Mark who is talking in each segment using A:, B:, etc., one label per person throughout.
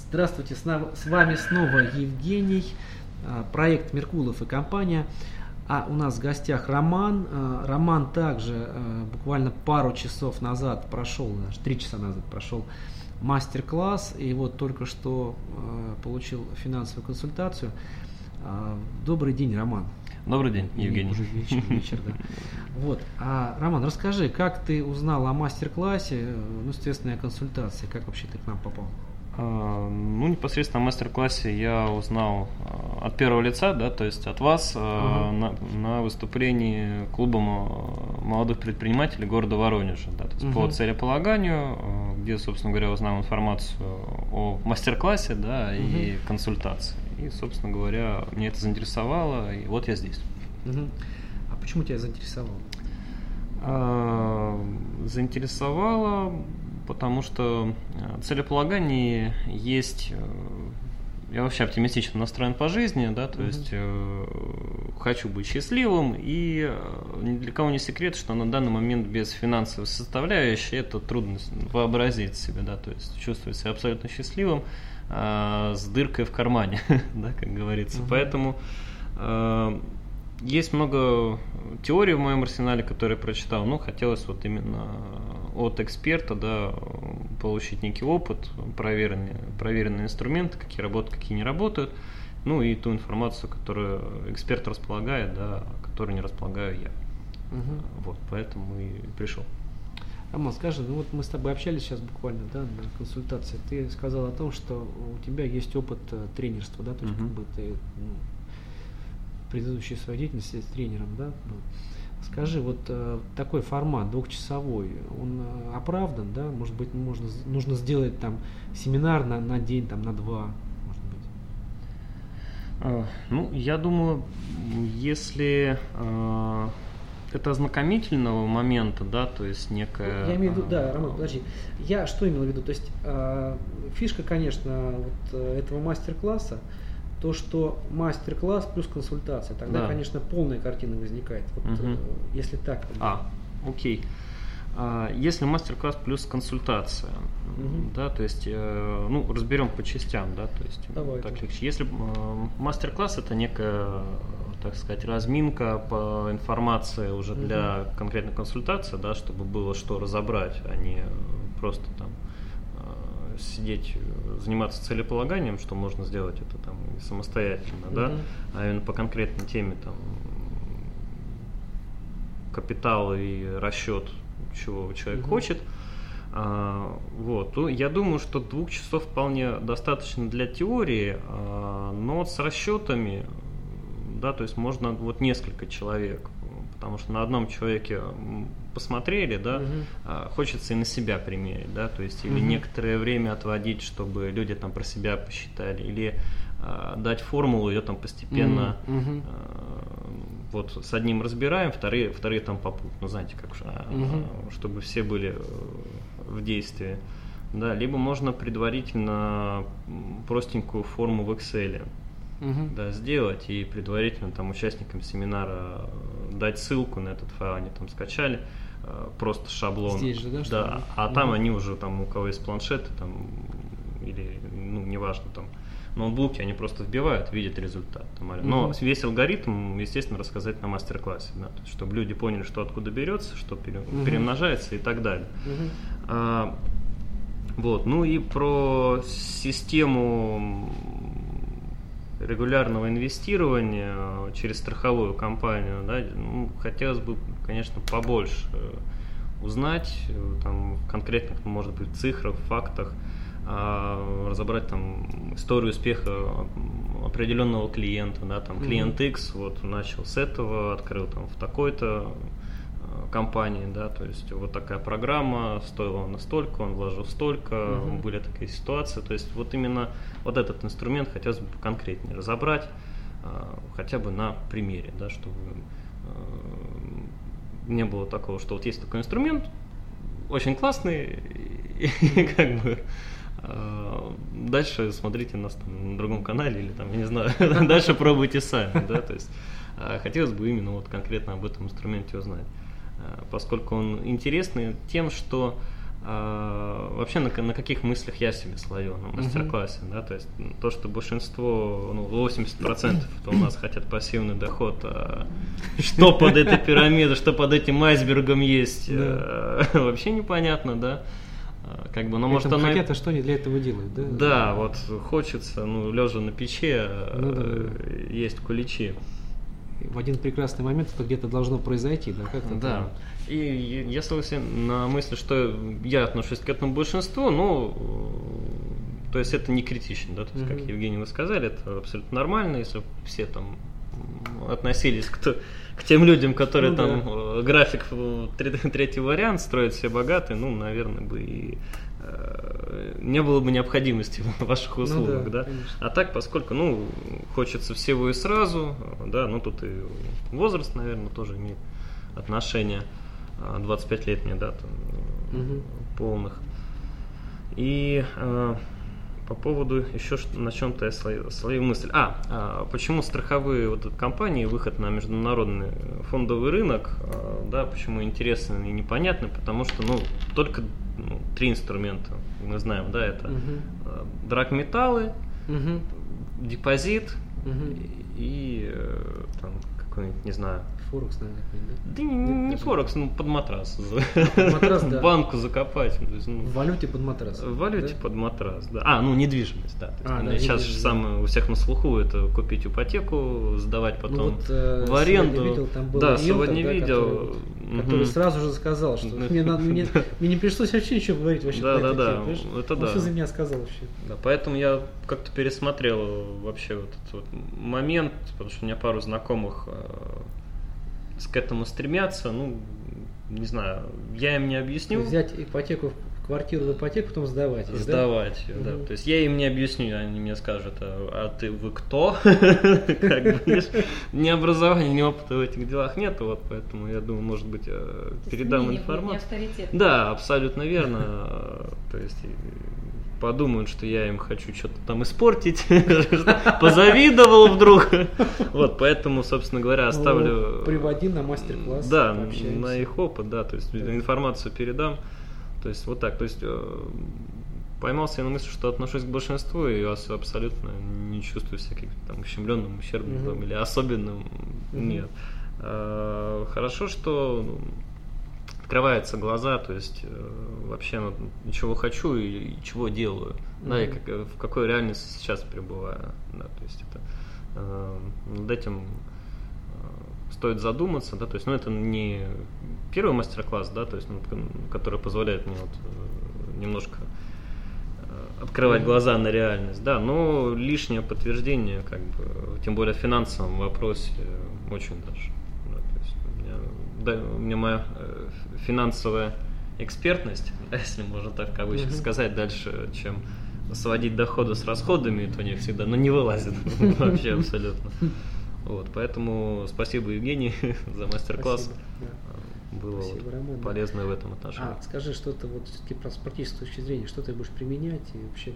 A: Здравствуйте, с вами снова Евгений, проект Меркулов и компания. А у нас в гостях Роман. Роман также буквально пару часов назад прошел, 3 часа назад прошел мастер-класс, и вот только что получил финансовую консультацию. Добрый день, Роман.
B: Добрый день, Евгений.
A: Уже вечер, да. Вот. Роман, расскажи, как ты узнал о мастер-классе, естественно, о консультации, как вообще ты к нам попал?
B: Непосредственно о мастер-классе я узнал от первого лица, да, то есть от вас на выступлении клуба молодых предпринимателей города Воронежа, да, то есть по целеполаганию, где, собственно говоря, узнал информацию о мастер-классе, да, и консультации. И, собственно говоря, мне это заинтересовало, и вот я здесь.
A: А почему тебя заинтересовало?
B: Заинтересовало, потому что целеполагание есть. Я вообще оптимистично настроен по жизни, да, то есть хочу быть счастливым, и ни для кого не секрет, что на данный момент без финансовой составляющей это трудно вообразить себе, да, то есть чувствовать себя абсолютно счастливым с дыркой в кармане, да, как говорится. Поэтому есть много теорий в моем арсенале, которые я прочитал, но хотелось вот именно от эксперта, да, получить некий опыт, проверенные инструменты, какие работают, какие не работают, ну и ту информацию, которую эксперт располагает, да, которую не располагаю я. Вот, поэтому и пришел.
A: Роман, скажи, вот мы с тобой общались сейчас буквально, да, на консультации. Ты сказал о том, что у тебя есть опыт тренерства, да, то есть как бы ты предыдущей своей деятельности с тренером, да. Скажи, вот такой формат двухчасовой, он оправдан, да? Может быть, нужно сделать там семинар на день, там на 2, может быть.
B: Я думаю, если это ознакомительного момента, да, то есть некая...
A: Я имею в виду, да, Роман, подожди. Я что имел в виду? То есть фишка, конечно, вот этого мастер-класса, то, что мастер-класс плюс консультация, тогда, конечно, полная картина возникает. Вот, если так.
B: Окей. Если мастер-класс плюс консультация, да, то есть, разберем по частям, да, то есть,
A: давай,
B: так легче. Если мастер-класс это некая, так сказать, разминка по информации уже для конкретной консультации, да, чтобы было что разобрать, а не просто там сидеть, заниматься целеполаганием, что можно сделать это там самостоятельно, да, а именно по конкретной теме там капитал и расчет, чего человек хочет. Вот. Я думаю, что 2 часов вполне достаточно для теории, но с расчетами, да, то есть можно вот несколько человек, потому что на одном человеке посмотрели, да, хочется и на себя примерить, да, то есть или некоторое время отводить, чтобы люди там про себя посчитали, или дать формулу, ее там постепенно вот с одним разбираем, вторые там попутно, знаете, как чтобы все были в действии, да, либо можно предварительно простенькую форму в Excel да, сделать и предварительно там участникам семинара дать ссылку на этот файл, они там скачали просто шаблон.
A: Здесь же, да?
B: Да, а там они уже там у кого есть планшеты там или неважно там ноутбуки, они просто вбивают, видят результат. Там, но весь алгоритм, естественно, рассказать на мастер-классе, да, то есть, чтобы люди поняли, что откуда берется, что перемножается и так далее. Вот, и про систему регулярного инвестирования через страховую компанию, да, хотелось бы, конечно, побольше узнать, там, в конкретных, может быть, цифрах, фактах, разобрать там историю успеха определенного клиента, да, там клиент X вот начал с этого, открыл там в такой-то компании, да, то есть вот такая программа стоила настолько, он вложил столько, были такие ситуации, то есть вот именно вот этот инструмент хотелось бы конкретнее разобрать, хотя бы на примере, да, чтобы не было такого, что вот есть такой инструмент, очень классный, и как бы дальше смотрите нас там на другом канале или там, я не знаю, дальше пробуйте сами, да, то есть хотелось бы именно вот конкретно об этом инструменте узнать, поскольку он интересный тем, что вообще на каких мыслях я себе словил на мастер-классе, да, то есть то, что большинство, 80% у нас хотят пассивный доход, что под этой пирамидой, что под этим айсбергом есть, вообще непонятно, да. Как бы, но может она...
A: Хотят, а что они для этого делают, да?
B: Да, вот хочется, лежа на печи, есть куличи.
A: В один прекрасный момент это где-то должно произойти, да? Как-то
B: да.
A: Там...
B: И я согласен на мысли, что я отношусь к этому большинству, то есть это не критично, да, то есть, как Евгений вы сказали, это абсолютно нормально, если все там относились к тем людям, которые график третий вариант строят все богатые, наверное, бы и не было бы необходимости в ваших услугах, да. А так, поскольку, хочется всего и сразу, да, тут и возраст, наверное, тоже имеет отношение. 25 лет мне, да, там, полных. И по поводу еще на чем-то я словил мысль. Почему страховые компании, выход на международный фондовый рынок, да, почему интересно и непонятно, потому что, только 3 инструмента, мы знаем, да, это драгметаллы, депозит и там какой-нибудь, не знаю,
A: Форекс, наверное, да?
B: Да не Форекс, под матрас.
A: Под матрас, да.
B: Банку закопать.
A: В валюте под матрас.
B: В валюте под матрас, да. Недвижимость, да. Сейчас же самое у всех на слуху это купить ипотеку, сдавать потом в аренду.
A: Сегодня видел, там был
B: сегодня видел.
A: Который сразу же сказал, что мне не пришлось вообще ничего говорить. Вообще
B: да. Это да.
A: Он все за меня сказал вообще.
B: Да, поэтому я как-то пересмотрел вообще вот этот момент, потому что у меня пару знакомых к этому стремятся, не знаю, я им не объясню.
A: Взять ипотеку, квартиру в ипотеку, потом сдавать ее,
B: Сдавать ее, да. То есть я им не объясню, они мне скажут, вы кто? Ни образования, ни опыта в этих делах нет, поэтому я думаю, может быть, передам информацию. Да, абсолютно верно. То есть подумают, что я им хочу что-то там испортить, позавидовал вдруг. Поэтому, собственно говоря, оставлю...
A: Приводи на мастер-класс.
B: Да, на их опыт, да, то есть информацию передам. То есть вот так, то есть поймался я на мысли, что отношусь к большинству и абсолютно не чувствую себя как там ущемленным, ущербным или особенным. Нет. Хорошо, что открываются глаза, то есть вообще чего хочу и чего делаю, да, и в какой реальности сейчас пребываю, да, то есть это над этим стоит задуматься, да, то есть, это не первый мастер-класс, да, то есть, который позволяет мне немножко открывать глаза на реальность, да, но лишнее подтверждение, тем более в финансовом вопросе, очень даже. У меня моя финансовая экспертность, если можно так в кавычках сказать, дальше, чем сводить доходы с расходами, то не всегда, не вылазит вообще абсолютно. Поэтому спасибо, Евгений, за мастер-класс. Было полезно в этом отношении.
A: Скажи, что-то все-таки с практической точки зрения, что ты будешь применять и вообще...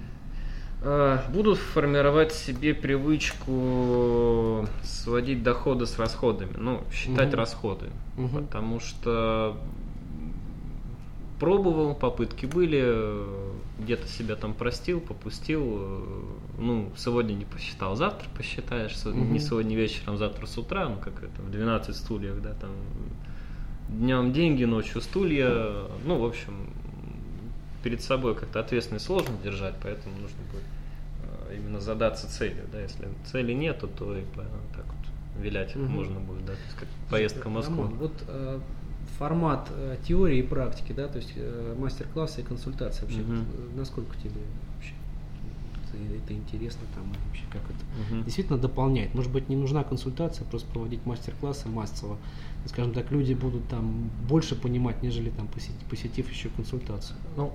B: Буду формировать себе привычку сводить доходы с расходами, считать расходы, потому что пробовал, попытки были, где-то себя там простил, попустил, сегодня не посчитал, завтра посчитаешь, не сегодня вечером, завтра с утра, как это, в 12 стульях, да, там, днем деньги, ночью стулья, в общем, перед собой как-то ответственность сложно держать, поэтому нужно будет именно задаться целью, да, если цели нету, то и так вилять можно будет, да, то есть как поездка в Москву.
A: Формат теории и практики, да, то есть мастер-классы и консультации вообще, насколько тебе вообще это интересно там вообще, как это действительно дополняет. Может быть, не нужна консультация, просто проводить мастер-классы массово, скажем так, люди будут там больше понимать, нежели там посетив еще консультацию.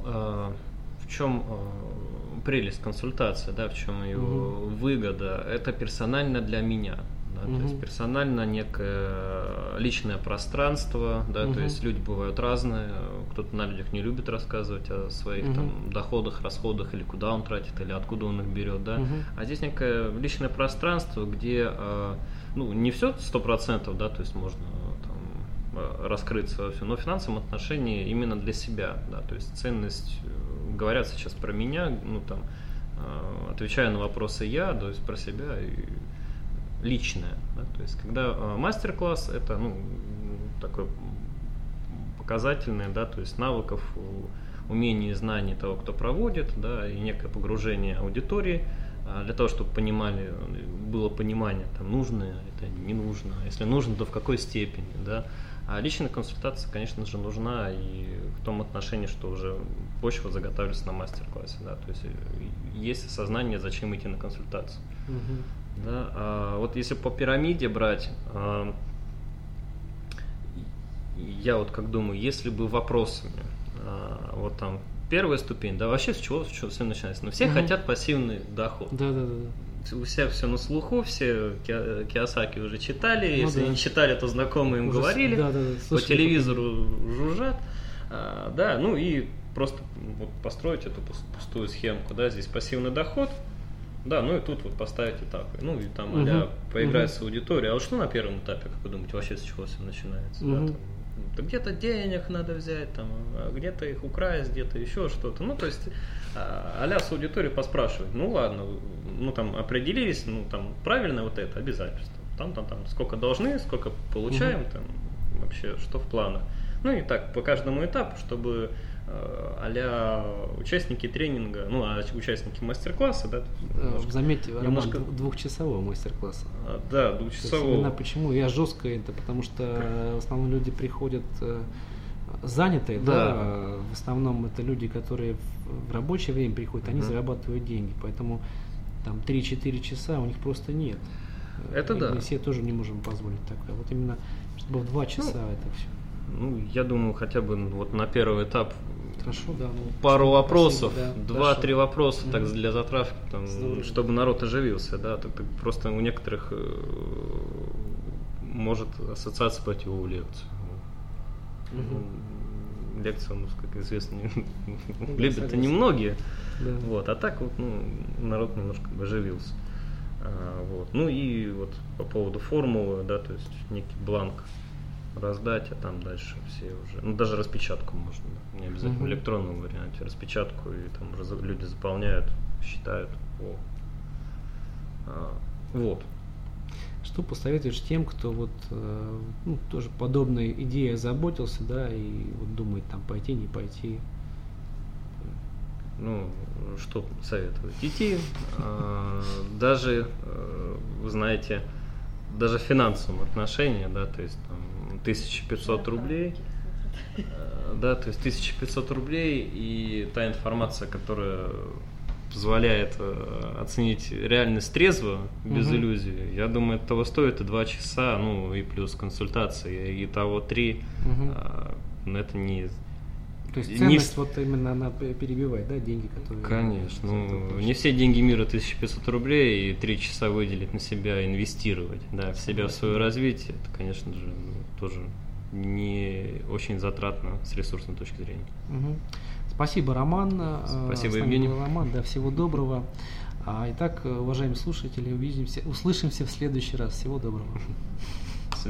B: В чем прелесть консультации, да, в чем ее выгода? Это персонально для меня. Да, то есть персонально некое личное пространство, да, то есть люди бывают разные, кто-то на людях не любит рассказывать о своих там доходах, расходах, или куда он тратит, или откуда он их берет, да, а здесь некое личное пространство, где, не все 100%, да, то есть можно там раскрыться во всем, но в финансовом отношении именно для себя, да, то есть ценность, говорят сейчас про меня, ну там, отвечаю на вопросы я, то есть про себя и личное, да, то есть когда мастер-класс это, ну, такой показательный, да, то есть навыков, умений и знаний того, кто проводит, да, и некое погружение аудитории, для того, чтобы понимали, было понимание, там, нужно это, не нужно, если нужно, то в какой степени, да. А личная консультация, конечно же, нужна и в том отношении, что уже почва заготавливается на мастер-классе, да, то есть есть осознание, зачем идти на консультацию. Да, вот если по пирамиде брать, я вот как думаю, если бы вопросами, вот там первая ступень, да, вообще с чего все начинается? Но все хотят пассивный доход.
A: Да.
B: У всех все на слуху, все Кийосаки уже читали, если не читали, то знакомые им уже говорили, по телевизору жужжат, да, ну и просто вот построить эту пустую схемку, да, здесь пассивный доход, да, ну и тут вот поставить этапы, ну и там поиграть с аудиторией. А вот что на первом этапе, как вы думаете, вообще с чего все начинается? Да, там, где-то денег надо взять, там, где-то их украсть, где-то еще что-то. Ну, то есть, а-ля с аудиторией поспрашивать. Ну, ладно, ну, там, определились, ну, там, правильно вот это обязательство. Там, сколько должны, сколько получаем, там, вообще, что в планах. Ну, и так, по каждому этапу, чтобы а-ля участники тренинга, ну, а участники мастер-класса, да.
A: Заметьте, немножко двухчасового мастер-класса.
B: Да, двухчасового.
A: Именно почему я жестко это, потому что в основном люди приходят занятые, да, в основном это люди, которые в рабочее время приходят, они зарабатывают деньги, поэтому там 3-4 часа у них просто нет.
B: Это
A: и
B: да.
A: Мы себе тоже не можем позволить такое. Вот именно, чтобы в 2 часа это все.
B: Ну, я думаю, хотя бы вот на первый этап
A: хорошо, да,
B: пару вопросов,
A: да,
B: 2-3 вопроса так для затравки, там, чтобы народ оживился, да, так просто у некоторых может ассоциация пойти у лекции. Лекция, ну, как известно, любят-то немногие, вот, а так вот, ну, народ немножко оживился. Вот. Ну и вот по поводу формулы, да, то есть некий бланк раздать, а там дальше все уже, ну даже распечатку можно, да, не обязательно в электронном варианте, распечатку, и там люди заполняют, считают. Вот.
A: Что посоветуешь тем, кто вот, ну, тоже подобной идеей озаботился, да, и вот думает там пойти, не пойти?
B: Ну, что советовать? Идти, даже, вы знаете, даже в финансовом отношении, да, то есть там 1500 рублей, да, то есть 1500 рублей и та информация, которая позволяет оценить реальность трезво, без иллюзий, я думаю, это того стоит и 2 часа, ну и плюс консультации, и того 3, это не...
A: То есть ценность вот именно она перебивает, да, деньги, которые...
B: Конечно, ну, не все деньги мира 1500 рублей и 3 часа выделить на себя, инвестировать, да, в себя, в свое развитие, это, конечно же, тоже не очень затратно с ресурсной точки зрения.
A: Спасибо, Роман.
B: Спасибо, Евгений.
A: Роман, да, всего доброго. Итак, уважаемые слушатели, услышимся в следующий раз. Всего доброго.